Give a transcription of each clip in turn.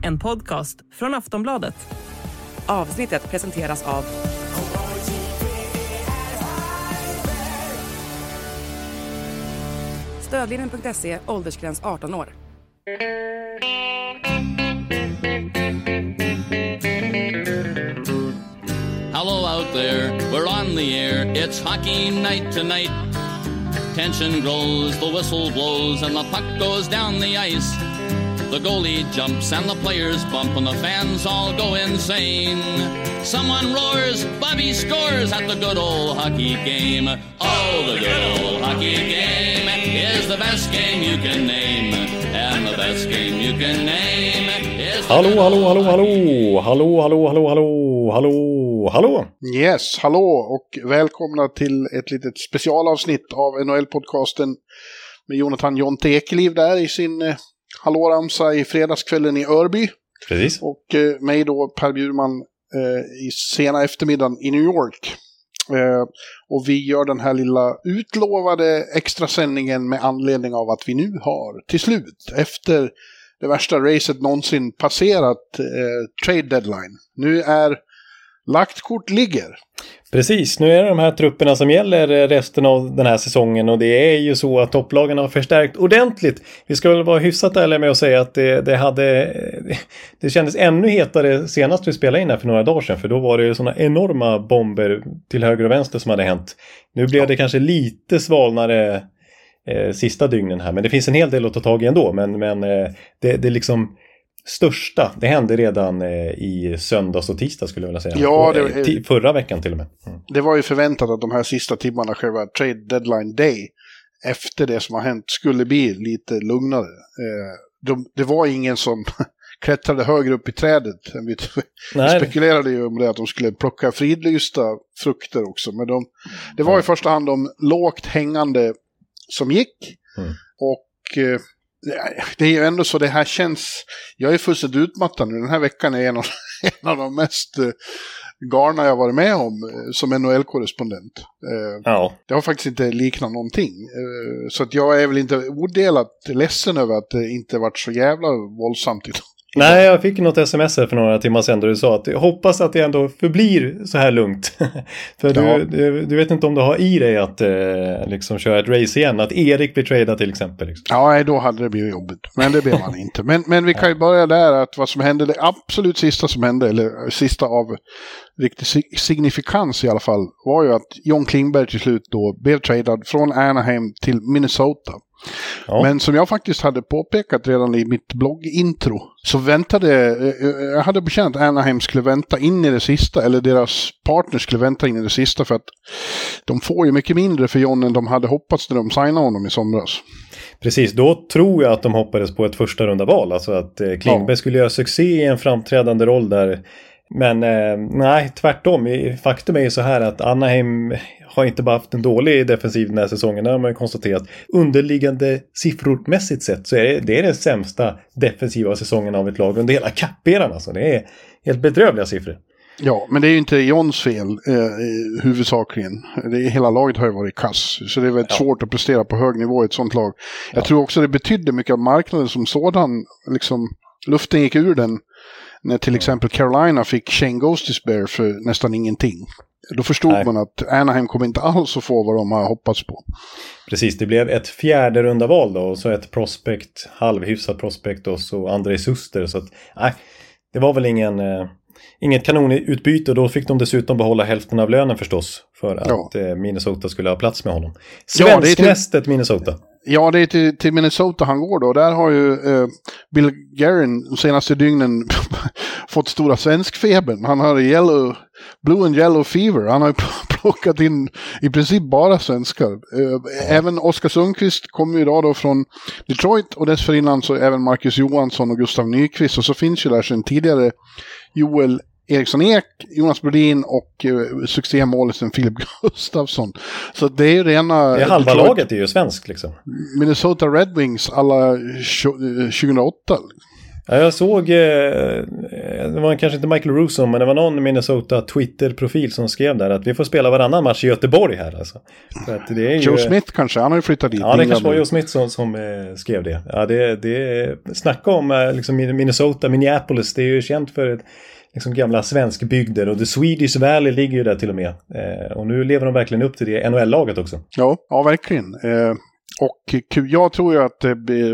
en podcast från Aftonbladet. Avsnittet presenteras av Stödlinjen.se, åldersgräns 18 år. Hello out there, we're on the air, it's hockey night tonight. Tension grows, the whistle blows, and the puck goes down the ice. The goalie jumps and the players bump and the fans all go insane. Someone roars, Bobby scores at the good old hockey game. Oh, the good old hockey game is the best game you can name. And the best game you can name is the Hallå, hallå, hallå, hallå, hallå, hallå, hallå, hallå, hallå, hallå. Yes, hallå och välkomna till ett litet specialavsnitt av NHL-podcasten med Jonathan Jonte Ekeliv där i sin hallåramsa i fredagskvällen i Örby. Precis. Och mig då, Per Bjurman, i sena eftermiddagen i New York. Och vi gör den här lilla utlovade extrasändningen med anledning av att vi nu har till slut, efter det värsta racet någonsin passerat trade deadline. Nu är lagt kort ligger. Precis, nu är det de här trupperna som gäller resten av den här säsongen och det är ju så att topplagen har förstärkt ordentligt. Vi ska väl vara hyfsat ärliga med att säga att det kändes ännu hetare senast vi spelade in här för några dagar sedan, för då var det ju sådana enorma bomber till höger och vänster som hade hänt. Nu blev det kanske lite svalnare sista dygnen här, men det finns en hel del att ta tag i ändå, men det liksom största, det hände redan i söndags och tisdag skulle jag vilja säga. Ja, förra veckan till och med. Det var ju förväntat att de här sista timmarna, själva trade deadline day, efter det som har hänt, skulle bli lite lugnare. Det var ingen som klättrade högre upp i trädet. Vi spekulerade ju om det, att de skulle plocka fridlysta frukter också. Men det var i första hand de lågt hängande som gick. Och det är ju ändå så, det här känns, jag är fullständigt utmattad nu. Den här veckan är en av de mest galna jag varit med om som NHL-korrespondent. Det har faktiskt inte liknat någonting. Så att jag är väl inte odelat ledsen över att det inte varit så jävla våldsamt idag. Nej, jag fick något sms för några timmar sedan då du sa att jag hoppas att det ändå förblir så här lugnt. För du vet inte om du har i dig att liksom köra ett race igen, att Erik blir tradad till exempel. Liksom. Ja, då hade det blivit jobbigt. Men det blev man inte. Men vi kan ju börja där, att vad som hände, det absolut sista som hände, eller sista av riktig signifikans i alla fall, var ju att John Klingberg till slut då blev tradad från Anaheim till Minnesota. Ja. Men som jag faktiskt hade påpekat redan i mitt bloggintro, så jag hade bekänt att Anaheim skulle vänta in i det sista, eller deras partner skulle vänta in i det sista, för att de får ju mycket mindre för John än de hade hoppats när de signade honom i somras. Precis, då tror jag att de hoppades på ett första runda val, alltså att Klingberg skulle göra succé i en framträdande roll där. Men nej, tvärtom. Faktum är ju så här att Anaheim har inte bara haft en dålig defensiv den här säsongen. Där har man konstaterat underliggande siffrormässigt sett så är det den sämsta defensiva säsongen av ett lag under hela kapperan. Alltså. Det är helt bedrövliga siffror. Ja, men det är ju inte Johns fel huvudsakligen. Hela laget har ju varit kass. Så det är väldigt svårt att prestera på hög nivå i ett sånt lag. Jag tror också det betydde mycket av marknaden som sådan. Liksom, luften gick ur den. När till exempel Carolina fick Shane Gostisbehere för nästan ingenting. Då förstod man att Anaheim kommer inte alls att få vad de har hoppats på. Precis, det blev ett fjärde runda val då. Och så ett prospect, halvhyfsat prospect och så Andrei Suster. Så att, det var väl inget kanonutbyte. Och då fick de dessutom behålla hälften av lönen förstås. För att Minnesota skulle ha plats med honom. Svensknästet Minnesota. Ja, det är till Minnesota han går då. Där har ju Bill Guerin de senaste dygnen fått stora svenskfebern. Han har Blue and Yellow Fever. Han har ju plockat in i princip bara svenskar. Även Oskar Sundqvist kommer ju idag då från Detroit, och dessförinnan så även Marcus Johansson och Gustav Nyqvist. Och så finns ju där sedan tidigare Joel Eriksson Ek, Jonas Brodin och succémålisen Filip Gustafsson. Så det är ju rena... Det är halva laget är ju svensk liksom. Minnesota Red Wings alla 2008. Ja, jag såg, det var kanske inte Michael Russo, men det var någon Minnesota Twitter-profil som skrev där att vi får spela varannan match i Göteborg här alltså. Så att det är ju... Joe Smith kanske, han har ju flyttat dit. Ja, det kanske var Joe Smith som skrev det. Ja, det snacka om liksom Minnesota, Minneapolis, det är ju känt för ett liksom gamla svenskbygder, och The Swedish Valley ligger ju där till och med. Och nu lever de verkligen upp till det NHL-laget också. Ja, verkligen. Och jag tror ju att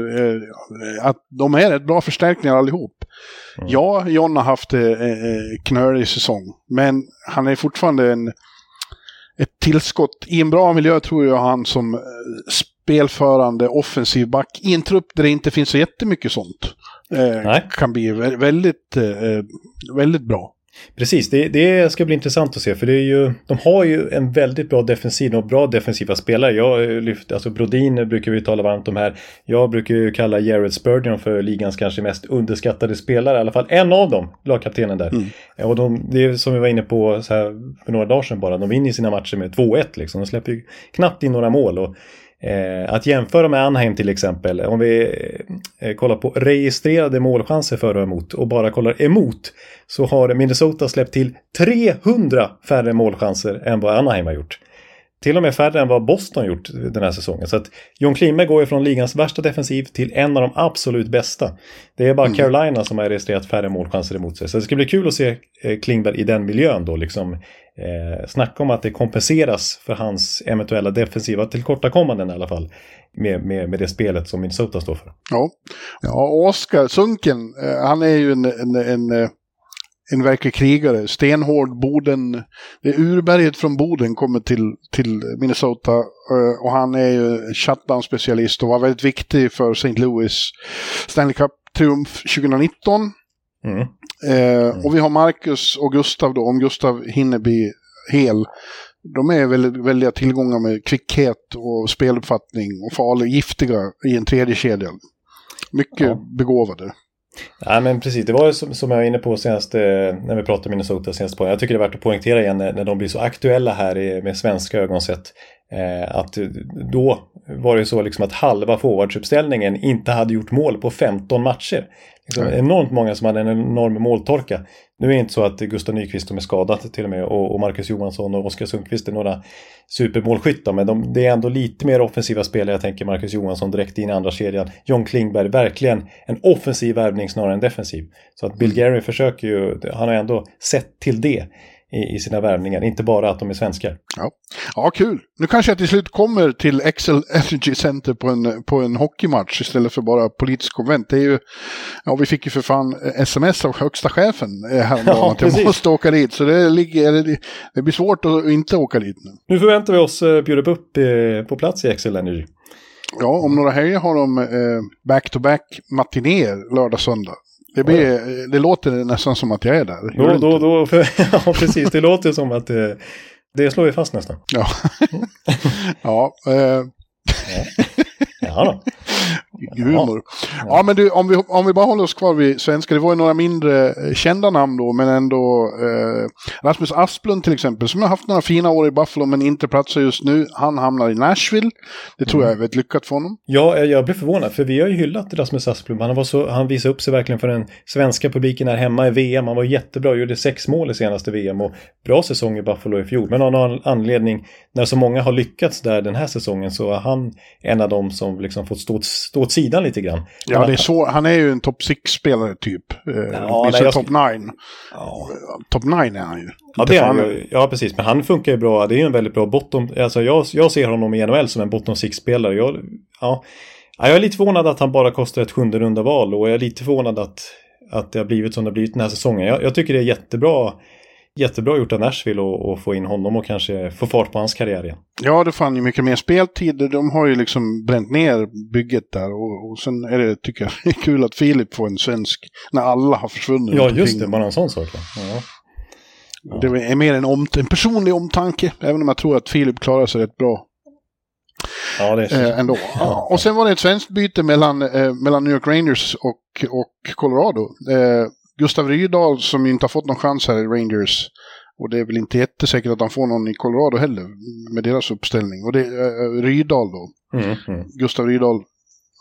de är ett bra förstärkningar allihop. Mm. Ja, John har haft knörig säsong, men han är fortfarande ett tillskott i en bra miljö, tror jag, han som spelförande offensiv back i en trupp där det inte finns så jättemycket sånt. Kan bli väldigt, väldigt bra. Precis, det ska bli intressant att se, för det är ju, de har ju en väldigt bra defensiv och bra defensiva spelare. Jag lyfter, alltså Brodin brukar vi tala varmt om här. Jag brukar ju kalla Jared Spurgeon för ligans kanske mest underskattade spelare, i alla fall en av dem, lagkaptenen där. Och det är som vi var inne på så här för några dagar sedan bara, de vinner sina matcher med 2-1 liksom. De släpper ju knappt in några mål, och att jämföra med Anaheim till exempel, om vi kollar på registrerade målchanser för och emot och bara kollar emot, så har Minnesota släppt till 300 färre målchanser än vad Anaheim har gjort. Till och med färre än vad Boston gjort den här säsongen. Så att John Klingberg går ju från ligans värsta defensiv till en av de absolut bästa. Det är bara Carolina som har registrerat färre målchanser emot sig. Så det ska bli kul att se Klingberg i den miljön då. Liksom, snacka om att det kompenseras för hans eventuella defensiva tillkortakommanden i alla fall. Med det spelet som Minnesota står för. Ja, Oskar Sunken, han är ju en verklig krigare. Stenhård Boden. Det är urberget från Boden kommer till Minnesota. Och han är ju shutdown-specialist och var väldigt viktig för St. Louis Stanley Cup-triumf 2019. Och vi har Marcus och Gustav då. Om Gustav hinner bli hel. De är väldigt väldiga tillgångar med kvickhet och speluppfattning och farliga, giftiga i en tredje kedja. Mycket begåvade. Ja, men precis, det var som jag var inne på senast när vi pratade Minnesota senast på. Jag tycker det är värt att poängtera igen när de blir så aktuella här med svenska ögon sett, att då var det så liksom att halva forwardsuppställningen inte hade gjort mål på 15 matcher. Liksom enormt många som hade en enorm måltorka. Nu är det inte så att Gustav Nyqvist är skadat till och med, och Marcus Johansson och Oskar Sundqvist är några supermålskyttar, men det är ändå lite mer offensiva spelare. Jag tänker Marcus Johansson direkt in i andra kedjan. John Klingberg, verkligen en offensiv värvning snarare än defensiv. Så att Bill Guerin försöker ju, han har ändå sett till det i sina värvningar, inte bara att de är svenskar. Ja, kul. Nu kanske jag till slut kommer till Excel Energy Center på en hockeymatch istället för bara politisk konvent. Det är ju, vi fick ju för fan sms av högsta chefen häromdagen att jag måste åka dit. Så det blir svårt att inte åka dit nu. Nu förväntar vi oss bjuda upp på plats i Excel Energy. Ja, om några helger har de back-to-back matinéer lördag-söndag. Det låter nästan som att jag är där. Ja, precis. Det låter som att det slår vi fast nästan. Ja. Ja. Ja. Humor. Ja, men du, om vi bara håller oss kvar vid svenska, det var ju några mindre kända namn då, men ändå Rasmus Asplund till exempel, som har haft några fina år i Buffalo men inte platsar just nu. Han hamnar i Nashville. Det tror jag är väldigt lyckat för honom. Ja, jag blev förvånad, för vi har ju hyllat Rasmus Asplund. Han visade upp sig verkligen för den svenska publiken här hemma i VM. Han var jättebra, gjorde 6 mål i senaste VM och bra säsong i Buffalo i fjol. Men av någon anledning, när så många har lyckats där den här säsongen, så är han en av dem som liksom fått stå åt sidan lite grann. Ja, det är så. Han är ju en top 6-spelare typ. Top 9. Ja. Top 9 är han ju. Ja, det är han ju. Ja, precis. Men han funkar ju bra. Det är ju en väldigt bra bottom. Alltså jag ser honom i NHL som en bottom 6-spelare. Jag är lite förvånad att han bara kostar ett 7:e runda val, och jag är lite förvånad att det har blivit som det har blivit den här säsongen. Jag tycker det är jättebra gjort av Nashville och få in honom och kanske få fart på hans karriär igen. Ja, det fann ju mycket mer speltid. De har ju liksom bränt ner bygget där. Och sen är det, tycker jag, kul att Filip får en svensk när alla har försvunnit. Ja, just det. Bara en sån sak. Ja. Det är mer en personlig omtanke. Även om jag tror att Filip klarar sig rätt bra. Ja, det är ändå. Ja. Och sen var det ett svenskt byte mellan New York Rangers och Colorado. Gustav Rydahl, som ju inte har fått någon chans här i Rangers, och det är väl inte jättesäkert att han får någon i Colorado heller med deras uppställning, och det är Rydahl då. Gustav Rydahl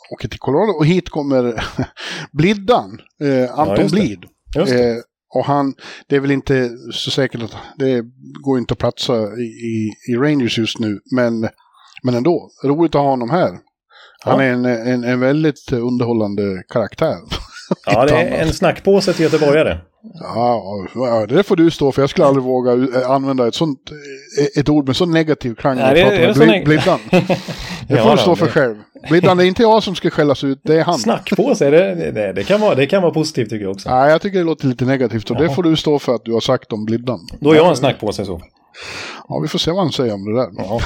åker till Colorado. Och hit kommer Bliddan, Anton Blid. Och det är väl inte så säkert att det går inte att platsa i Rangers just nu. Men ändå, roligt att ha honom här. Han är en väldigt underhållande karaktär. Ja, det är en snackpåse till göteborgare. Ja, det får du stå för. Jag skulle aldrig våga använda ett ord med så negativ klang. Bliddan. Det får du stå för själv. Bliddan, det är inte jag som ska skällas ut, det är han. Snackpåse, det kan vara positivt tycker jag också. Nej, jag tycker det låter lite negativt och det får du stå för att du har sagt om Bliddan. Då är jag en snackpåse så. Ja, vi får se vad han säger om det där. Ja.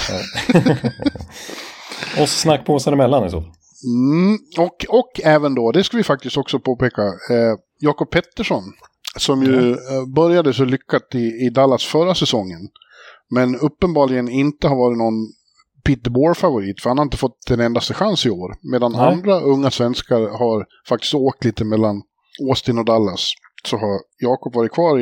Och snackpåsar emellan i så. Och även då, det ska vi faktiskt också påpeka, Jakob Pettersson som ju började så lyckat i Dallas förra säsongen, men uppenbarligen inte har varit någon Peter Bohr-favorit, för han har inte fått en endaste chans i år, medan andra unga svenskar har faktiskt åkt lite mellan Austin och Dallas, så har Jakob varit kvar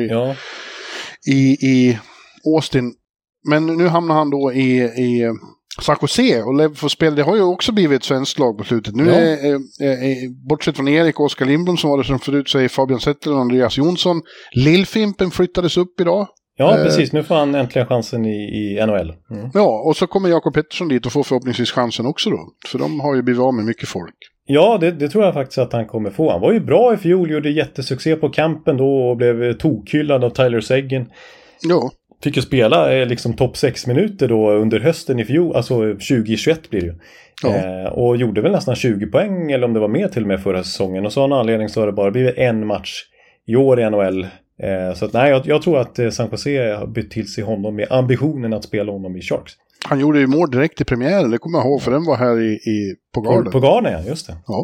i Austin, men nu hamnar han då i San Jose och Lev får spela. Det har ju också blivit ett svenskt lag på slutet. Nu bortsett från Erik och Oskar Lindblom som var det som förut, säger Fabian Zetterlund och Andreas Jonsson. Lillfimpen flyttades upp idag. Ja, precis. Nu får han äntligen chansen i NHL. Ja, och så kommer Jakob Pettersson dit och får förhoppningsvis chansen också då. För de har ju blivit av med mycket folk. Ja, det tror jag faktiskt att han kommer få. Han var ju bra i fjol, gjorde jättesuccé på campen då och blev tokhyllad av Tyler Seguin. Ja. Fick ju spela liksom topp 6 minuter då under hösten i fjol, alltså 2021 blir det ju. Ja. Och gjorde väl nästan 20 poäng eller om det var mer till och med förra säsongen. Och så av en anledning så har det bara blivit en match i år i NHL. Så att, nej, jag tror att San Jose har bytt till sig honom med ambitionen att spela honom i Sharks. Han gjorde ju mål direkt i premiären, det kommer jag ihåg, för den var här på Garden. På Garden, ja, just det. Ja.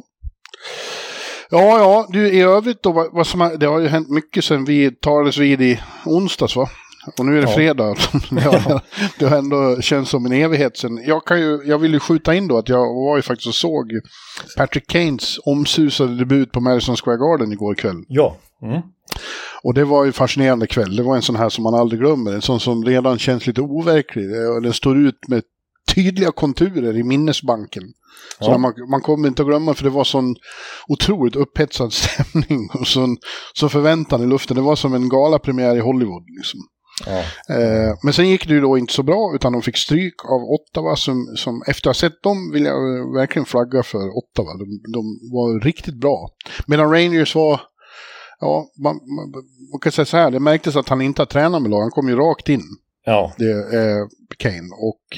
Ja, du i övrigt då, det har ju hänt mycket sedan vi talades vid i onsdags, va? Och nu är det fredag. Det har ändå känts som en evighet sedan. Jag vill ju skjuta in då att jag var ju faktiskt och såg Patrick Kanes omsusade debut på Madison Square Garden igår kväll. Ja. Och det var ju fascinerande kväll. Det var en sån här som man aldrig glömmer. En sån som redan känns lite overklig. Den står ut med tydliga konturer i minnesbanken. Så man kommer inte att glömma, för det var sån otroligt upphetsad stämning och så förväntan i luften. Det var som en galapremiär i Hollywood liksom. Ja. Men sen gick det ju då inte så bra, utan de fick stryk av Ottawa som efter att ha sett dem vill jag verkligen flagga för Ottawa. De var riktigt bra. Medan Rangers var, man kan säga så här, det märktes att han inte har tränat med lag. Han kom ju rakt in. Ja. Kane. Och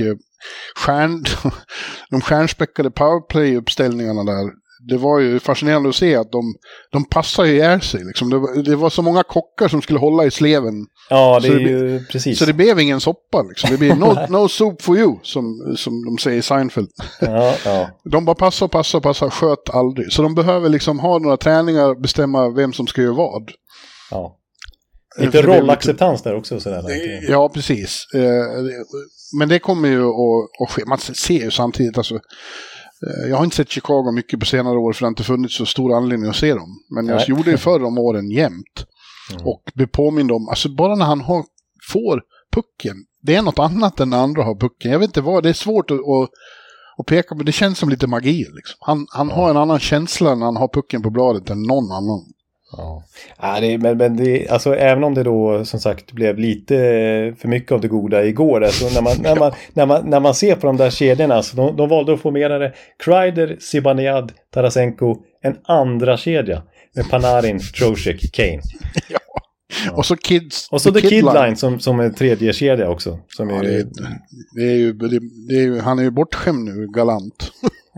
de stjärnspäckade powerplay-uppställningarna där, det var ju fascinerande att se att de passar ju ihjäl sig. Liksom. Det var så många kockar som skulle hålla i sleven. Ja, det är ju precis. Så det blev ingen soppa. Liksom. Det blir no soup for you, som de säger i Seinfeld. Ja. De bara passar, sköt aldrig. Så de behöver liksom ha några träningar, bestämma vem som ska göra vad. Ja. Lite rollacceptans där också. Sådär. Ja, precis. Men det kommer ju att ske. Man ser ju samtidigt, alltså, jag har inte sett Chicago mycket på senare år, för det har inte funnits så stor anledning att se dem. Men jag gjorde ju förr om åren jämt. Och blir påmind om, alltså bara när han får pucken, det är något annat än när andra har pucken. Jag vet inte vad, det är svårt att peka på, det känns som lite magi liksom. Han har en annan känsla när han har pucken på bladet än någon annan. Ja, men det, alltså, även om det då som sagt blev lite för mycket av det goda igår där, så när man ser på de där kedjorna, så de valde att formera det Kreider, Zibanejad, Tarasenko, en andra kedja med Panarin, Trocheck, Kane. Ja. Och så Kids. Och så The Kid Line som är tredje kedja också. Som det är ju, han är ju bortskämd nu, galant.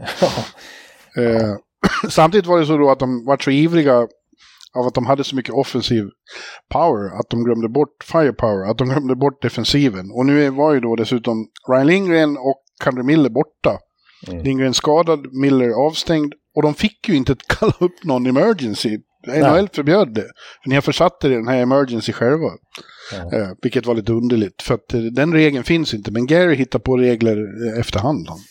Samtidigt var det så då att de var så ivriga av att de hade så mycket offensiv power, att de glömde bort firepower, att de glömde bort defensiven. Och nu var ju då dessutom Ryan Lindgren och Kadri Miller borta. Lindgren skadad, Miller avstängd, och de fick ju inte kalla upp någon emergency. NHL förbjöd det. För ni har försatt er i den här emergency själva. Vilket var lite underligt, för att den regeln finns inte. Men Gary hittar på regler efterhand.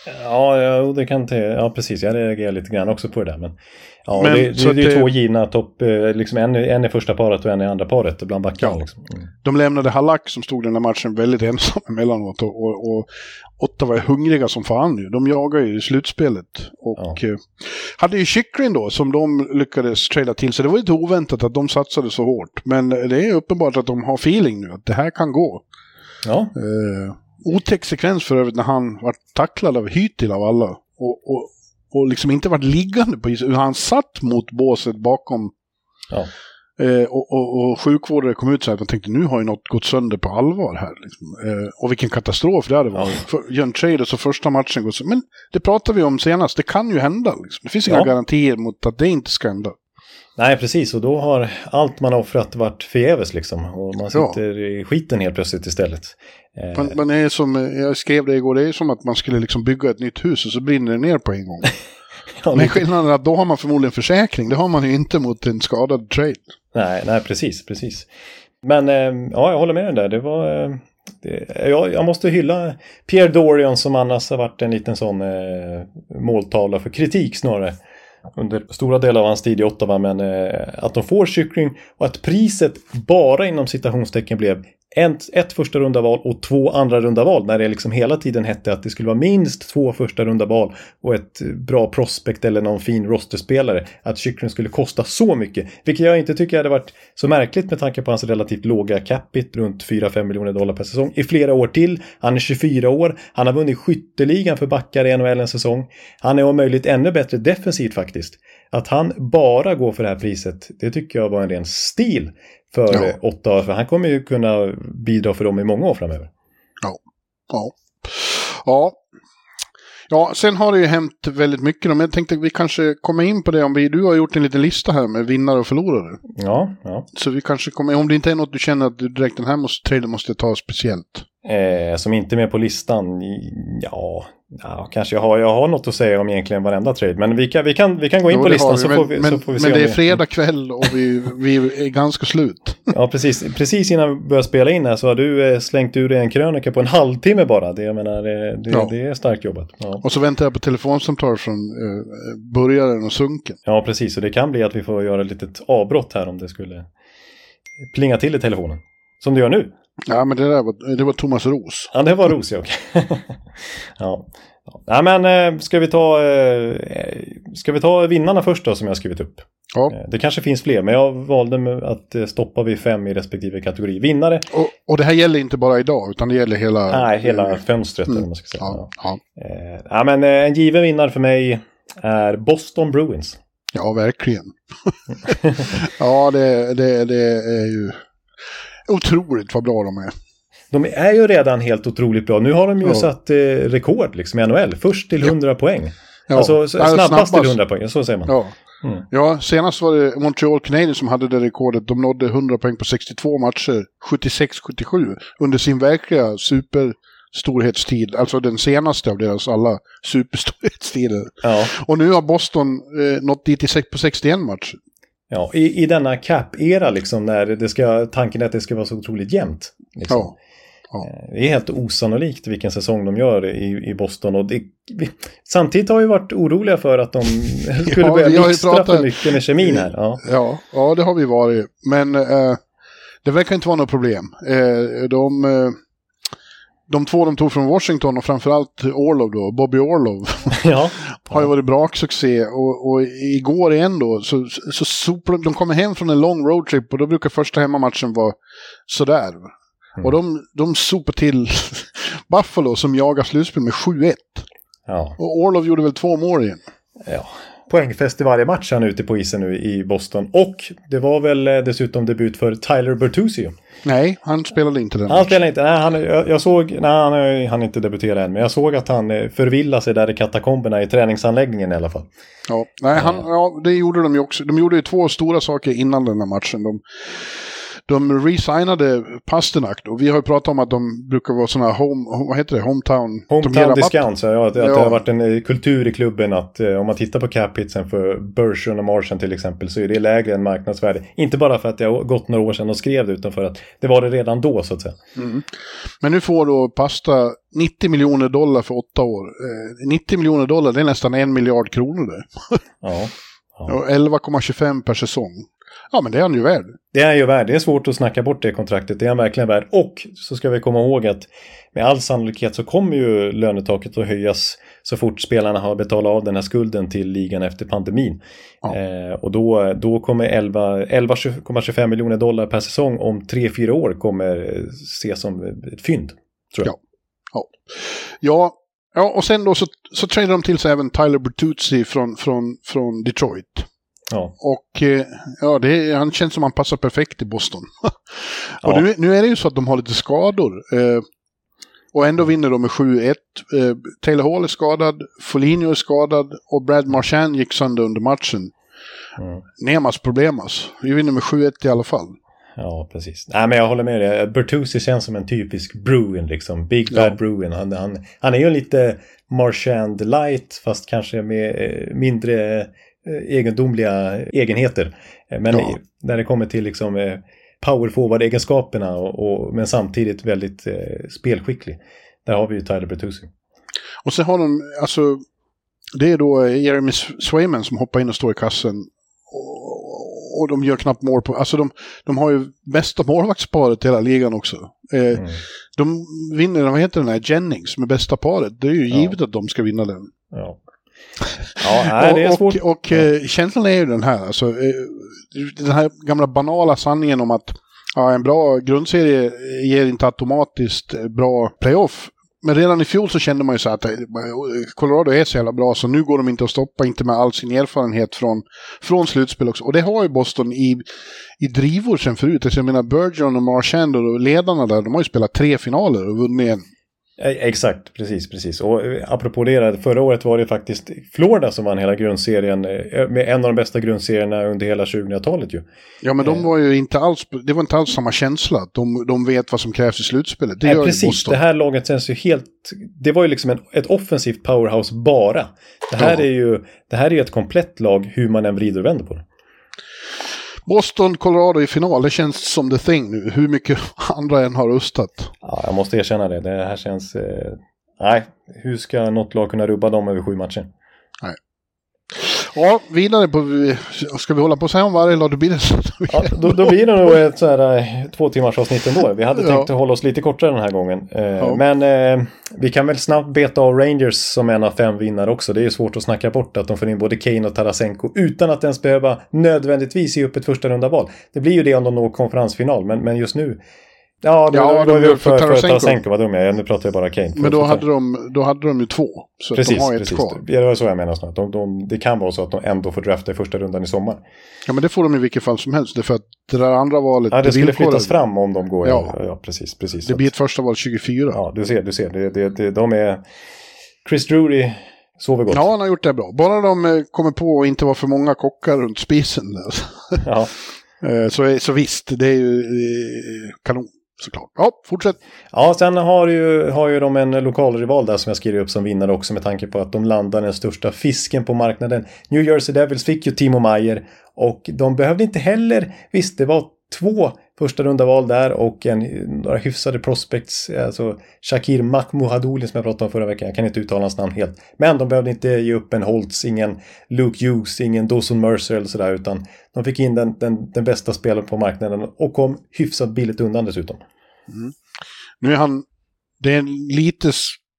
Ja, det kan inte... Ja, precis. Jag reagerar lite grann också på det där. Men Men, det är ju två givna topp. Liksom en i första paret och en i andra paret. Och bland backarna. Ja. Liksom. De lämnade Halak som stod den här matchen väldigt ensam emellanåt. Och Ottawa var hungriga som fan nu. De jagar ju i slutspelet. Och hade ju Chychrun då som de lyckades trada till. Så det var lite oväntat att de satsade så hårt. Men det är uppenbart att de har feeling nu. Att det här kan gå. Ja. Otäck sekvens för övrigt när han var tacklad av Hytil av alla. Och liksom inte varit liggande på isen. Han satt mot båset bakom. Ja. Och sjukvårdare kom ut så att man tänkte nu har ju något gått sönder på allvar här. Liksom. Och vilken katastrof det hade varit. John Traders och första matchen går så. Men det pratade vi om senast. Det kan ju hända. Liksom. Det finns inga garantier mot att det inte ska hända. Nej, precis. Och då har allt man har offrat varit förgäves liksom. Och man sitter i skiten helt plötsligt istället. Man är som, jag skrev det igår, det är som att man skulle liksom bygga ett nytt hus och så brinner det ner på en gång. Men skillnaden är att då har man förmodligen försäkring. Det har man ju inte mot en skadad trade. Nej, precis. Men jag håller med dig där. Det var... Jag måste hylla Pierre Dorion som annars har varit en liten sån måltavla för kritik snarare. Under stora delar av hans tid i Ottawa, men att de får Chychrun och att priset bara inom citationstecken blev ett första runda val och 2 andra runda val, när det liksom hela tiden hette att det skulle vara minst 2 första runda val och ett bra prospect eller någon fin rosterspelare, att Chychrun skulle kosta så mycket, vilket jag inte tycker hade varit så märkligt med tanke på hans relativt låga capita runt $4-5 miljoner per säsong i flera år till. Han är 24 år, han har vunnit skytteligan för backar i NHL en säsong, han är om möjligt ännu bättre defensivt faktiskt. Att han bara går för det här priset, det tycker jag var en ren stil för 8 år, för han kommer ju kunna bidra för dem i många år framöver. Ja, sen har det ju hänt väldigt mycket, men jag tänkte att vi kanske kommer in på det om du har gjort en liten lista här med vinnare och förlorare. Ja. Så vi kanske kommer, om det inte är något du känner att du direkt den här traden måste ta speciellt. Som inte är med på listan, kanske jag har något att säga om egentligen varenda trade, men vi kan gå in på listan så får vi se. Men det är fredag kväll och vi är ganska slut. Ja, precis innan vi börjar spela in här så har du slängt ur en krönika på en halvtimme bara. Det är starkt jobbat. Ja. Och så väntar jag på telefonsamtal från börjaren och sunken. Ja, precis, och det kan bli att vi får göra ett litet avbrott här om det skulle plinga till i telefonen. Som du gör nu. Ja, men det var Thomas Ros. Ja, det var Ros, ja. Ja. Ja, men ska vi ta vinnarna först då, som jag har skrivit upp? Ja. Det kanske finns fler, men jag valde att stoppa vid 5 i respektive kategori. Vinnare. Och det här gäller inte bara idag, utan det gäller hela fönstret. Om man ska säga. Ja, men en given vinnare för mig är Boston Bruins. Ja, verkligen. Ja, det är ju otroligt vad bra de är. De är ju redan helt otroligt bra. Nu har de ju satt rekord liksom i NHL. Först till 100 poäng. Ja. Alltså snabbast till 100 poäng, så säger man. Ja. Ja, senast var det Montreal Canadiens som hade det rekordet. De nådde 100 poäng på 62 matcher, 76-77, under sin verkliga superstorhetstid. Alltså den senaste av deras alla superstorhetstider. Ja. Och nu har Boston nått dit på 61 matcher. Ja, i denna cap-era liksom, när tanken är att det ska vara så otroligt jämnt. Liksom. Ja. Det är helt osannolikt vilken säsong de gör i Boston. Och samtidigt har vi varit oroliga för att de skulle börja mixtra för mycket med kemin här. Ja, det har vi varit. Men det verkar inte vara något problem. De två de tog från Washington och framförallt Orlov då, Bobby Orlov, har ju varit bra succé. Och igår igen då så de kommer hem från en lång roadtrip och då brukar första hemmamatchen vara sådär. Och de sopar till Buffalo som jagar slutspel med 7-1. Ja. Och Orlov gjorde väl 2 mål igen. Ja, poängfest i varje match han ute på isen nu i Boston. Och det var väl dessutom debut för Tyler Bertuzzi. Nej, han spelade inte den. Han spelade inte. Nej, han inte debuterade än. Men jag såg att han förvillade sig där i katakomberna i träningsanläggningen i alla fall. Ja, nej, det gjorde de ju också. De gjorde ju 2 stora saker innan den här matchen. de resignade Pasternak då. Vi har ju pratat om att de brukar vara såna hometown discounts. Ja, att det har varit en kultur i klubben att om man tittar på cap-hitsen för Bergeron och Marchand till exempel, så är det lägre än marknadsvärde. Inte bara för att det har gått några år sedan och skrev det, utan för att det var det redan då, så att säga. Men nu får då Pasta $90 miljoner för 8 år. $90 miljoner, det är nästan 1 miljard kronor där. Ja. Och 11,25 per säsong. Ja, men det är han ju värd. Det är han ju värd. Det är svårt att snacka bort det kontraktet. Det är han verkligen värd. Och så ska vi komma ihåg att med all sannolikhet så kommer ju lönetaket att höjas så fort spelarna har betalat av den här skulden till ligan efter pandemin. Ja. Och då kommer 11,25 miljoner dollar per säsong om 3-4 år kommer ses som ett fynd, tror jag. Ja, och sen då så trädde de till sig även Tyler Bertuzzi från Detroit. Ja. Och han känns som han passar perfekt i Boston. Och nu är det ju så att de har lite skador. Och ändå vinner de med 7-1. Taylor Hall är skadad, Foligno är skadad och Brad Marchand gick sönder under matchen. Nemas problemas. Vi vinner med 7-1 i alla fall. Ja, precis. Nej, men jag håller med dig. Bertuzzi känns som en typisk Bruin, liksom. Big Bad Bruin. Han är ju lite Marchand light, fast kanske med mindre egendomliga egenheter. Men när det kommer till liksom power forward-egenskaperna men samtidigt väldigt spelskicklig. Där har vi ju Tyler Bertuzzi. Och så har de, alltså, det är då Jeremy Swayman som hoppar in och står i kassen. Och de gör knappt mål på... Alltså de har ju bästa målvaktsparet i hela ligan också. De vinner, vad heter den här, Jennings med bästa paret. Det är ju givet att de ska vinna den. Ja. Det är svårt. Och känslan är ju den här. Alltså, den här gamla banala sanningen om att en bra grundserie ger inte automatiskt bra playoff. Men redan i fjol så kände man ju så att Colorado är så jävla bra, så nu går de inte att stoppa, inte med all sin erfarenhet från slutspel också. Och det har ju Boston i drivor sen förut. Jag menar, Bergeron och Marchand och ledarna där, de har ju spelat 3 finaler och vunnit en. Exakt, precis. Och apropå det, förra året var det faktiskt Florida som vann hela grundserien, med en av de bästa grundserierna under hela 2000-talet ju. Ja, men de var ju inte alls samma känsla. De vet vad som krävs i slutspelet. Det gör precis, ju Boston. Det här laget känns ju helt... Det var ju liksom ett offensivt powerhouse bara. Det här är ju ett komplett lag, hur man än vrider och vänder på det. Boston, Colorado i final, det känns som the thing nu. Hur mycket andra än har röstat. Ja, jag måste erkänna det. Det här känns... Nej, hur ska något lag kunna rubba dem över 7 matcher? Nej. Ja, vidare på... Ska vi hålla på sig om varje lag? Då blir det så. Ja, då blir det nog ett så här 2 timmars avsnitt ändå. Vi hade tänkt att hålla oss lite kortare den här gången. Men vi kan väl snabbt beta av Rangers som en av 5 vinnare också. Det är ju svårt att snacka bort att de får in både Kane och Tarasenko utan att ens behöva nödvändigtvis ge upp ett första runda val. Det blir ju det om de når konferensfinal, men just nu... Ja, då var vi upp för Tarasenko, vad dum jag är. Nu pratar jag bara Kane. Men då hade de ju 2. Så precis, de har ett kvar. Ja, det var så jag menar snart. Det kan vara så att de ändå får drafta i första rundan i sommar. Ja, men det får de i vilket fall som helst. Det är för att det där andra valet... Ja, det skulle flyttas fram om de går. Ja, precis. Det blir ett första val 24. Ja, du ser. De är... Chris Drury sover gott. Ja, han har gjort det bra. Bara de kommer på att inte vara för många kockar runt spisen. Ja. Så visst, det är ju kanon. Såklart. Ja, fortsätt. Ja, sen har ju de en lokalrival där som jag skriver upp som vinnare också, med tanke på att de landar den största fisken på marknaden. New Jersey Devils fick ju Timo Meier och de behövde inte heller, visst det var 2 första runda val där och några hyfsade prospects, alltså Shakir Makhmouhadouli som jag pratade om förra veckan, jag kan inte uttala hans namn helt, men de behövde inte ge upp en Holtz, ingen Luke Hughes, ingen Dawson Mercer eller sådär, utan de fick in den bästa spelaren på marknaden och kom hyfsat billigt undan dessutom. Nu är det är lite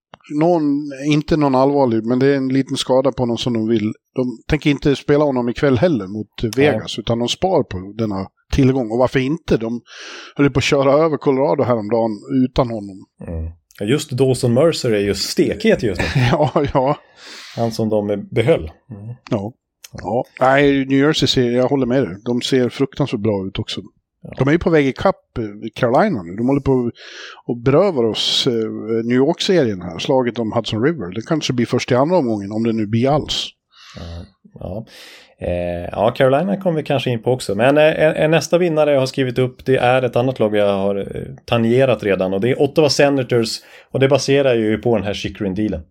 inte någon allvarlig, men det är en liten skada på någon som de vill. De tänker inte spela honom ikväll heller mot Vegas, utan de spar på denna tillgång. Och varför inte? De höll på att köra över Colorado häromdagen utan honom. Just Dawson Mercer är ju stekhet just nu. Ja. Han som de behöll. Ja. Nej, New Jersey jag håller med dig. De ser fruktansvärt bra ut också. Ja. De är ju på väg i kapp Carolina nu. De håller på och berövar oss New York-serien här. Slaget om Hudson River. Det kanske blir först i andra omgången, om det nu blir alls. Ja, Carolina kommer vi kanske in på också. Men nästa vinnare jag har skrivit upp, det är ett annat lag jag har tangerat redan. Och det är Ottawa Senators. Och det baserar ju på den här Chychrun-dealen.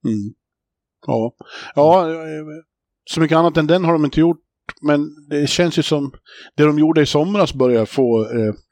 Ja, så mycket annat än den har de inte gjort. Men det känns ju som det de gjorde i somras börjar få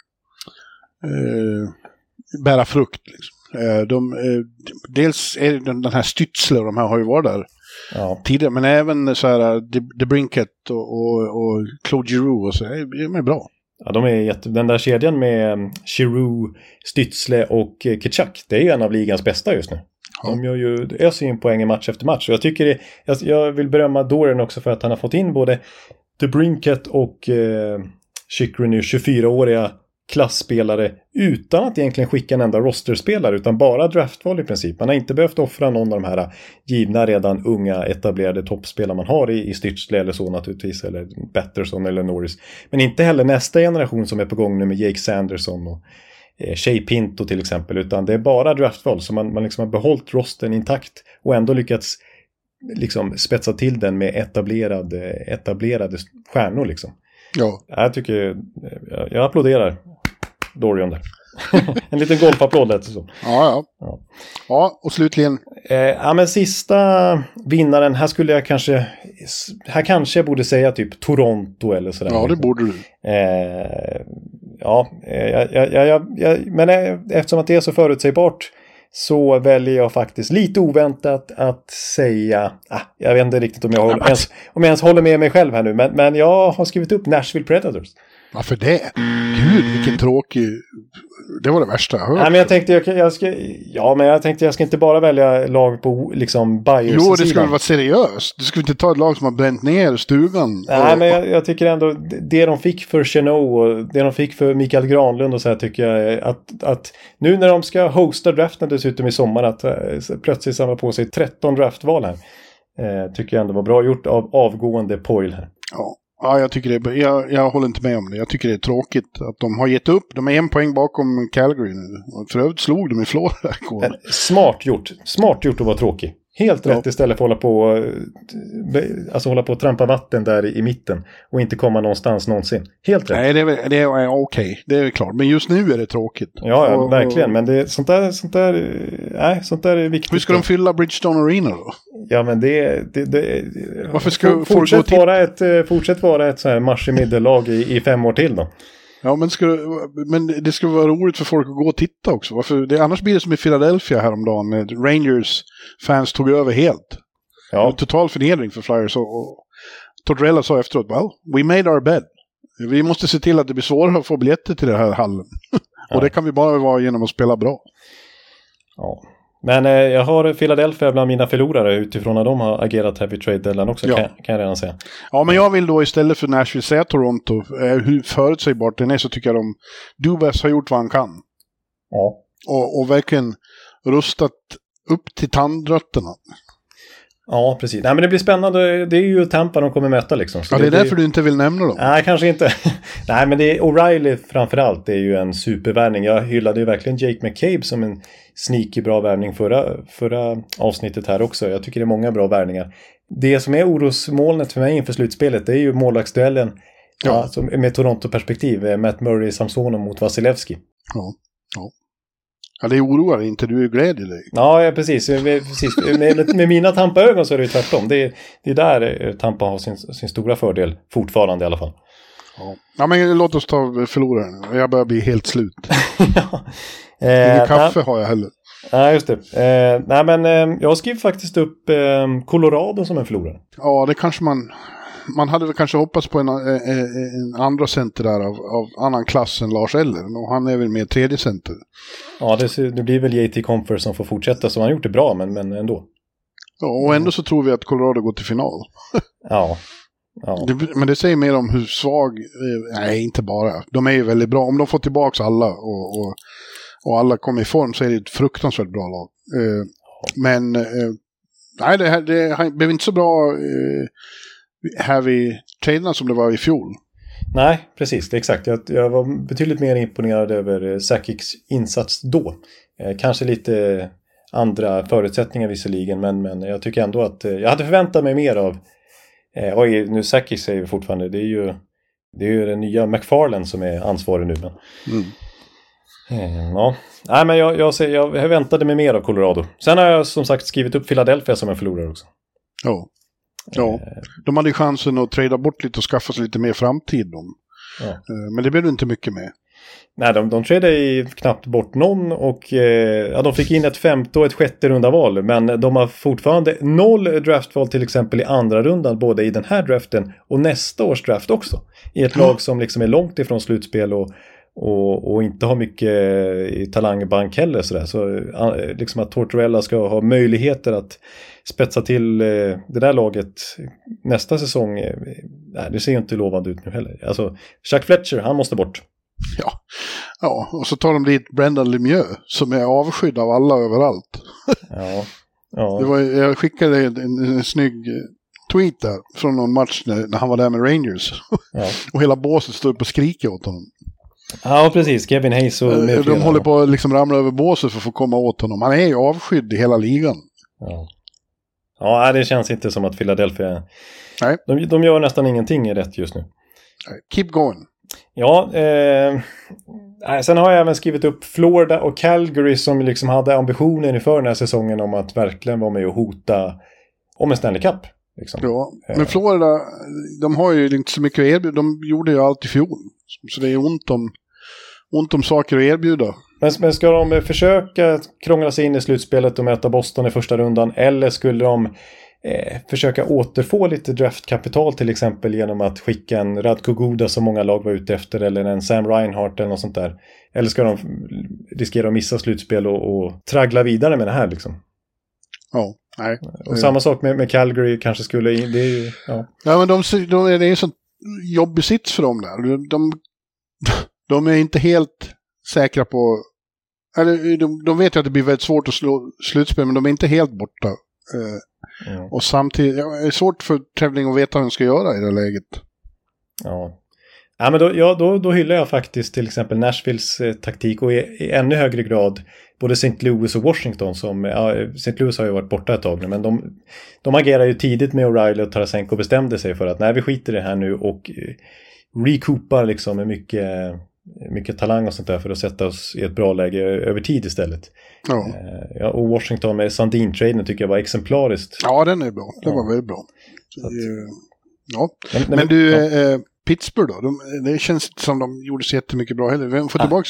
bära frukt. Liksom. Dels är det den här Stützle, de här har ju varit där tidigare, men även så här DeBrincat och Claude Giroux och så är de bra. Ja, de är den där kedjan med Giroux, Stützle och Tkachuk, det är ju en av ligans bästa just nu. De gör ju öser in poäng i match efter match. Och jag tycker jag vill berömma Dorian också för att han har fått in både DeBrincat och Chychrun, 24-åriga klassspelare utan att egentligen skicka en enda rosterspelare utan bara draftval i princip. Man har inte behövt offra någon av de här givna redan unga etablerade toppspelare man har i Stützle eller så naturligtvis, eller Batterson eller Norris. Men inte heller nästa generation som är på gång nu med Jake Sanderson och Shea Pinto till exempel, utan det är bara draftval, så man liksom har behållit rosten intakt och ändå lyckats liksom spetsa till den med etablerade stjärnor liksom. Ja. Jag applåderar Dorian där. En liten golfapplåd lät det så. Ja, och slutligen. Men sista vinnaren, här kanske jag borde säga typ Toronto eller sådär. Ja, det borde du. Men eftersom att det är så förutsägbart så väljer jag faktiskt lite oväntat att säga, jag vet inte riktigt om jag ens håller med mig själv här nu, men jag har skrivit upp Nashville Predators. Varför det? Gud, vilken tråkig... Det var det värsta jag hört. Nej, men jag tänkte jag ska inte bara välja lag på liksom Bayers. Jo, det skulle vara seriöst. Du skulle inte ta ett lag som har bränt ner stugan. Nej, men jag tycker ändå det de fick för Chenot och det de fick för Mikael Granlund och så här, tycker jag att nu när de ska hosta draften dessutom i sommar att plötsligt samla på sig 13 draftval här. Tycker jag ändå var bra gjort av avgående Poile här. Ja, jag tycker jag håller inte med om det. Jag tycker det är tråkigt att de har gett upp. De är 1 poäng bakom Calgary nu. Och för övrigt slog de i Florida. Smart gjort att vara tråkig. Helt rätt istället för att hålla på att trampa vatten där i mitten och inte komma någonstans någonsin. Helt rätt. Nej, det är okej. Det är klart. Men just nu är det tråkigt. Ja, verkligen. Men sånt där är viktigt. Hur ska de fylla Bridgestone Arena då? Ja, men varför ska fortsätt vara ett så här marsch i middellag i 5 år till då? Ja, men det skulle vara roligt för folk att gå och titta också. Annars blir det som i Philadelphia häromdagen när Rangers fans tog över helt. Ja. Total förnedring för Flyers. Och Tortorella sa efteråt, we made our bed. Vi måste se till att det blir svårare att få biljetter till den här hallen. Och det kan vi bara vara genom att spela bra. Ja. Men jag har Philadelphia bland mina förlorare utifrån att de har agerat heavy trade deadline också, kan jag redan säga. Ja, men jag vill då istället för Nashville säga Toronto. Hur förutsägbart den är så tycker jag Dubas har gjort vad han kan. Ja. Och verkligen rustat upp till tandrötterna. Ja, precis. Nej, men det blir spännande. Det är ju Tampa de kommer möta liksom. Så det är därför du inte vill nämna dem. Nej, kanske inte. Nej, men det är O'Reilly framförallt. Det är ju en supervärvning. Jag hyllade ju verkligen Jake McCabe som en sneaky bra värvning förra avsnittet här också. Jag tycker det är många bra värvningar. Det som är orosmolnet för mig inför slutspelet, det är ju målvaktsduellen med Toronto-perspektiv. Matt Murray Samsonov mot Vasilevski. Ja. Ja, det oroar inte, du är glädje dig. Ja, precis. Med mina Tampa-ögon så är det ju tvärtom. Det är där Tampa har sin stora fördel, fortfarande i alla fall. Ja, men låt oss ta förloraren. Jag börjar bli helt slut. Ingen kaffe har jag heller. Nej, just det. Jag skriver faktiskt upp Colorado som en förlorare. Ja, det kanske man hade väl kanske hoppats på en andra center där av annan klass än Lars Eller. Och han är väl mer tredje center. Ja, det blir väl JT Compher som får fortsätta, så han har gjort det bra, men ändå. Ja, och ändå så tror vi att Colorado går till final. Ja. Men det säger mer om hur svag... Nej, inte bara. De är ju väldigt bra. Om de får tillbaka alla och alla kommer i form så är det ett fruktansvärt bra lag. Men nej, det blev inte så bra... här vid traderna som det var i fjol. Nej, precis. Det är exakt. Jag var betydligt mer imponerad över Sakics insats då. Kanske lite andra förutsättningar visserligen, men jag tycker ändå att jag hade förväntat mig mer av Oj, nu Sakic säger vi fortfarande. Det är ju den nya McFarland som är ansvarig nu. Men... Ja. Nej, men jag väntade mig mer av Colorado. Sen har jag som sagt skrivit upp Philadelphia som en förlorare också. Ja. De hade chansen att trada bort lite och skaffa sig lite mer framtid. Men det blev inte mycket med. Nej, de tradade ju knappt bort någon och de fick in ett 5:e och ett 6:e runda val. Men de har fortfarande 0 draftval till exempel i andra rundan, både i den här draften och nästa års draft också. I ett lag som liksom är långt ifrån slutspel och inte har mycket i talangbank heller. Så liksom att Tortorella ska ha möjligheter att spetsa till det där laget nästa säsong. Nej, det ser ju inte lovande ut nu heller. Alltså, Chuck Fletcher, han måste bort. Ja, och så tar de dit Brendan Lemieux som är avskydd av alla överallt. Ja. Jag skickade en snygg tweet där från någon match när han var där med Rangers. Ja. Och hela båset står upp och skriker åt honom. Ja, precis. Kevin Hayes och de håller på att liksom ramla över båset för att få komma åt honom. Han är ju avskydd i hela ligan. Ja, det känns inte som att Philadelphia... Nej. De gör nästan ingenting rätt just nu. Keep going. Ja, sen har jag även skrivit upp Florida och Calgary som liksom hade ambitionen inför den här säsongen om att verkligen vara med och hota om en Stanley Cup. Liksom. Ja, men Florida, de har ju inte så mycket att erbjuda. De gjorde ju allt i fjol. Så det är ont om saker att erbjuda. Men ska de försöka krångla sig in i slutspelet och möta Boston i första rundan? Eller skulle de försöka återfå lite draftkapital till exempel genom att skicka en Radko Guda som många lag var ute efter, eller en Sam Reinhart eller något sånt där? Eller ska de riskera att missa slutspel och traggla vidare med det här liksom? Ja, nej. Och samma sak med Calgary kanske skulle... Det är ju, ja, men det är en sån jobbig sits för dem där. De är inte helt säkra på... Eller, de vet ju att det blir väldigt svårt att slå slutspel, men de är inte helt borta. Och samtidigt är det svårt för tävling att veta vad de ska göra i det läget. Ja, men då hyllar jag faktiskt till exempel Nashvilles taktik och i ännu högre grad både St. Louis och Washington som St. Louis har ju varit borta ett tag nu, men de agerar ju tidigt med O'Reilly och Tarasenko bestämde sig för att nej, vi skiter i det här nu och recoupar liksom med mycket talang och sånt där för att sätta oss i ett bra läge över tid istället. Och Washington med Sandin-traden tycker jag var exemplariskt. Ja, den är bra. Den var väldigt bra. Men du, Pittsburgh då? Det känns inte som de gjorde så jättemycket bra heller. Vem får tillbaks?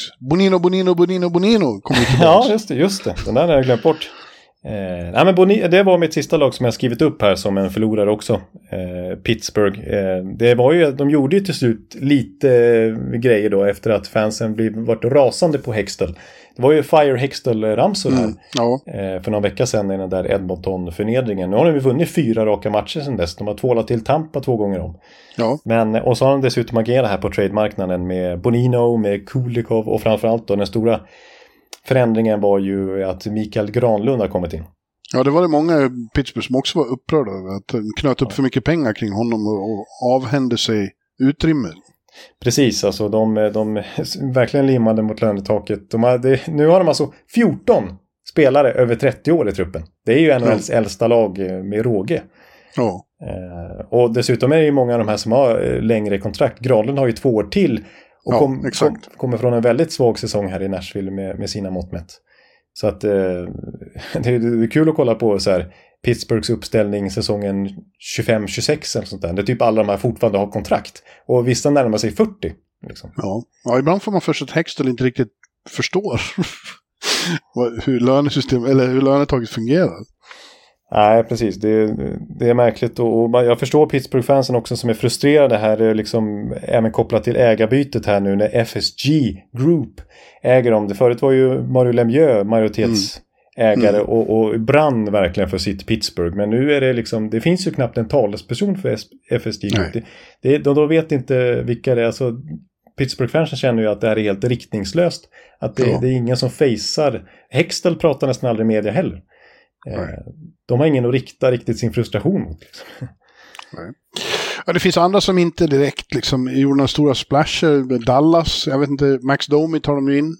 Bonino kommer tillbaks. Ja, just det. Den där har jag glömt bort. Nej, men det var mitt sista lag som jag skrivit upp här som en förlorare också. Pittsburgh. Det var ju, de gjorde ju till slut lite grejer då efter att fansen varit rasande på Hextall. Det var ju Fire Hextall-ramsor här för några veckor sedan i den där Edmonton-förnedringen. Nu har de vunnit 4 raka matcher sedan dess. De har tvålat till Tampa 2 gånger om. Ja. Och så har de dessutom agerat här på trademarknaden med Bonino, med Kulikov och framförallt då den stora förändringen var ju att Mikael Granlund har kommit in. Ja, det var det många Pittsburgh som också var upprörda över. Att de knöt upp för mycket pengar kring honom och avhände sig utrymme. Precis, alltså de verkligen limmade mot lönetaket. Nu har de alltså 14 spelare över 30 år i truppen. Det är ju NHLs äldsta lag med råge. Ja. Och dessutom är det ju många av de här som har längre kontrakt. Granlund har ju 2 år till. Och kommer från en väldigt svag säsong här i Nashville med sina mått mätt. Så att det är kul att kolla på så här Pittsburghs uppställning säsongen 25-26 eller sånt där. Det är typ alla de här fortfarande har kontrakt. Och vissa närmar sig 40. Liksom. Ja, ibland får man först att Hextall inte riktigt förstår hur lönesystem eller hur lönetaget fungerar. Nej, precis. Det är märkligt och jag förstår Pittsburgh-fansen också som är frustrerade här liksom, även kopplat till ägarbytet här nu när FSG Group äger dem. Det förut var ju Mario Lemieux majoritetsägare och brann verkligen för sitt Pittsburgh. Men nu är det liksom, det finns ju knappt en talesperson för FSG Group. De vet inte vilka det är. Alltså, Pittsburgh-fansen känner ju att det här är helt riktningslöst. Att det är ingen som facear. Hextall pratar nästan aldrig i media heller. De har ingen att rikta riktigt sin frustration mot. Liksom. Nej. Ja, det finns andra som inte direkt liksom, gjorde några stora splasher. Dallas, jag vet inte, Max Domi tar de ju in.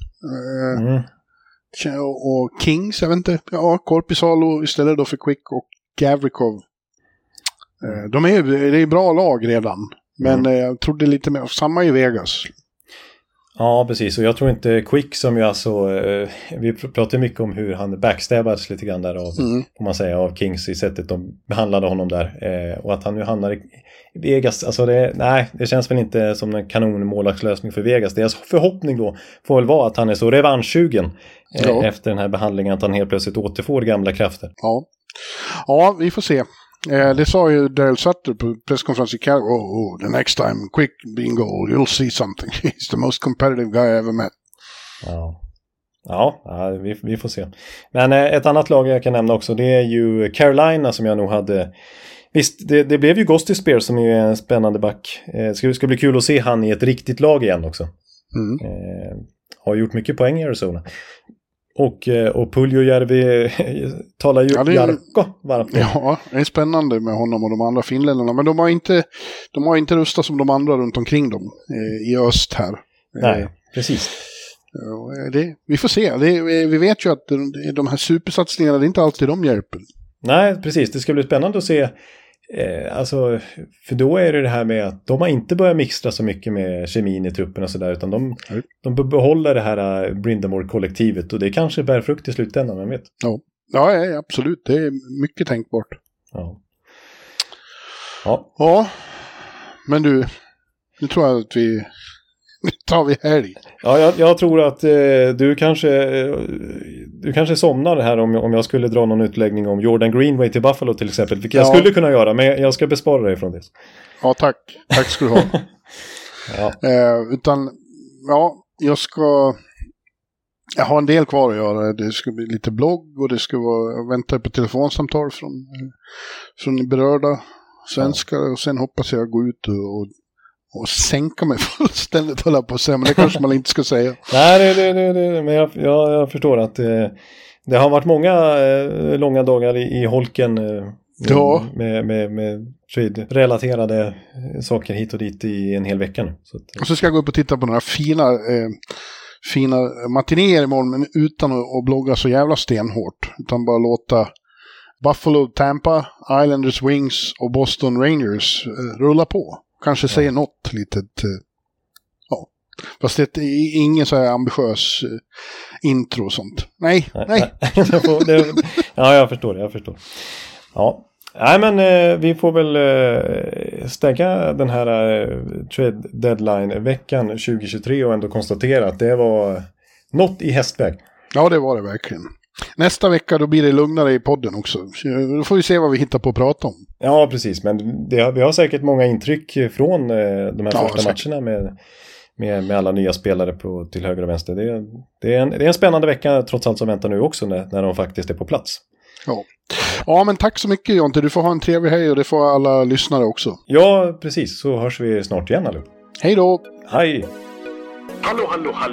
Och Kings, jag vet inte. Ja, Korpisalo istället då för Quick och Gavrikov. Det är bra lag redan. Men jag trodde lite mer, samma i Vegas. Ja, precis. Och jag tror inte Quick som ju alltså, vi pratar mycket om hur han backstabbades lite grann där av, får man säga, av Kings i sättet de behandlade honom där. Och att han nu hamnar i Vegas, alltså det känns väl inte som en kanonmålvaktslösning för Vegas. Deras förhoppning då får väl vara att han är så revanschsugen efter den här behandlingen att han helt plötsligt återfår gamla krafter. Ja, vi får se. Det sa ju Daryl Sutter på presskonferensen i Calgary. The next time Quick bingo, you'll see something. He's the most competitive guy I ever met. Ja, vi får se. Men ett annat lag jag kan nämna också, det är ju Carolina som jag nog hade. Visst, det blev ju Gosty Spears som är en spännande back. Det ska bli kul att se han i ett riktigt lag igen också. Har gjort mycket poäng i Arizona. Och Puljujärvi talar ju Jarkko varmt. Ja, det är spännande med honom och de andra finländarna. Men de har inte rustat som de andra runt omkring dem i öst här. Nej, precis. Vi får se. Vi vet ju att de här supersatsningarna, det är inte alltid de hjälper. Nej, precis. Det ska bli spännande att se. Alltså, för då är det här med att de har inte börjat mixtra så mycket med kemin i truppen och sådär, utan de behåller det här Brindamore-kollektivet och det kanske bär frukt i slutändan, man vet. Ja, absolut. Det är mycket tänkbart. Ja, men nu tror jag att vi tar vi helg. Ja, jag tror att du kanske somnar här om jag skulle dra någon utläggning om Jordan Greenway till Buffalo till exempel. Vilket jag skulle kunna göra, men jag ska bespara dig från det. Ja, tack. Tack ska du ha. Jag har en del kvar att göra. Det ska bli lite blogg och det ska vara vänta på telefonsamtal från berörda svenskar och sen hoppas jag gå ut och sänka mig fullständigt, hålla på att säga, men det kanske man inte ska säga. Nej, men jag förstår att det har varit många långa dagar i holken med trade-relaterade saker hit och dit i en hel vecka nu. Och så ska jag gå upp och titta på några fina matinéer imorgon, men utan att blogga så jävla stenhårt, utan bara låta Buffalo, Tampa, Islanders, Wings och Boston Rangers rulla på. Kanske säger något litet. Fast det är ingen så här ambitiös intro och sånt. Nej. Jag förstår. Ja. Nej, men vi får väl stänga den här trade deadline-veckan 2023 och ändå konstatera att det var något i hästväg. Ja, det var det verkligen. Nästa vecka då blir det lugnare i podden också. Då får vi se vad vi hittar på att prata om. Ja, precis. Men vi har säkert många intryck från de här första matcherna med alla nya spelare till höger och vänster. Det är en spännande vecka trots allt som väntar nu också när de faktiskt är på plats. Ja, men tack så mycket Jonte. Du får ha en trevlig helg och det får alla lyssnare också. Ja, precis. Så hörs vi snart igen, allihop. Hej då! Hej! Hallå!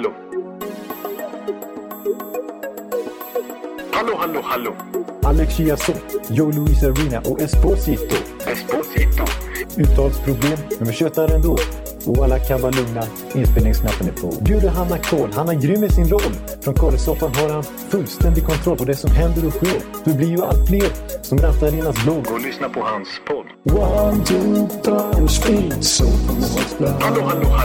Alex Chiazot, Joe Luis Arena och Esposito. Uttalsproblem, men vi tjötar ändå. Och alla kan vara lugna, inspelningsknappen är på. Bjuder Hanna Kohl, han är grym i sin roll. Från Kållesoffan har han fullständig kontroll på det som händer och sker. Det blir ju allt fler som rattar in hans blogg. Och lyssna på hans podd. 1, 2, 3, speed, so. Hallå.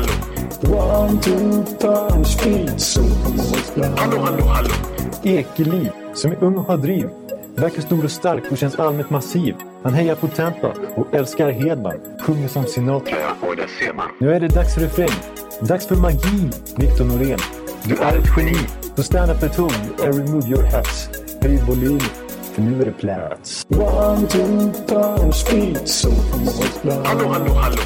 1, 2, 3, speed, so. Hallå. Ekeliv, som är ung och har driv. Verkar stor och stark och känns allmänt massiv. Han hejar på Tampa och älskar Hedman. Sjunger som Sinatra. Och det ser man. Nu är det dags för refräng. Dags för magi, Victor Norén. Du är ett geni. Så stand up at home and remove your hats. Höj volym, för nu är det plats. 1, 2, 3, speed, so. Hallå. 1,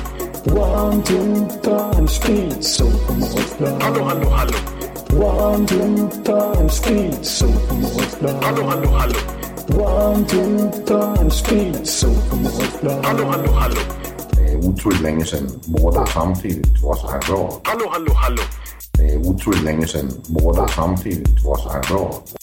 2, 3, speed, so. Hallå. 1, 2, 3, speed, so. Hallå. 1, 2, 3, speed, so. Hallå. Det är otroligt länge sedan båda samtidigt var så här bra. Hallå. Det är otroligt länge sedan båda samtidigt var så här bra.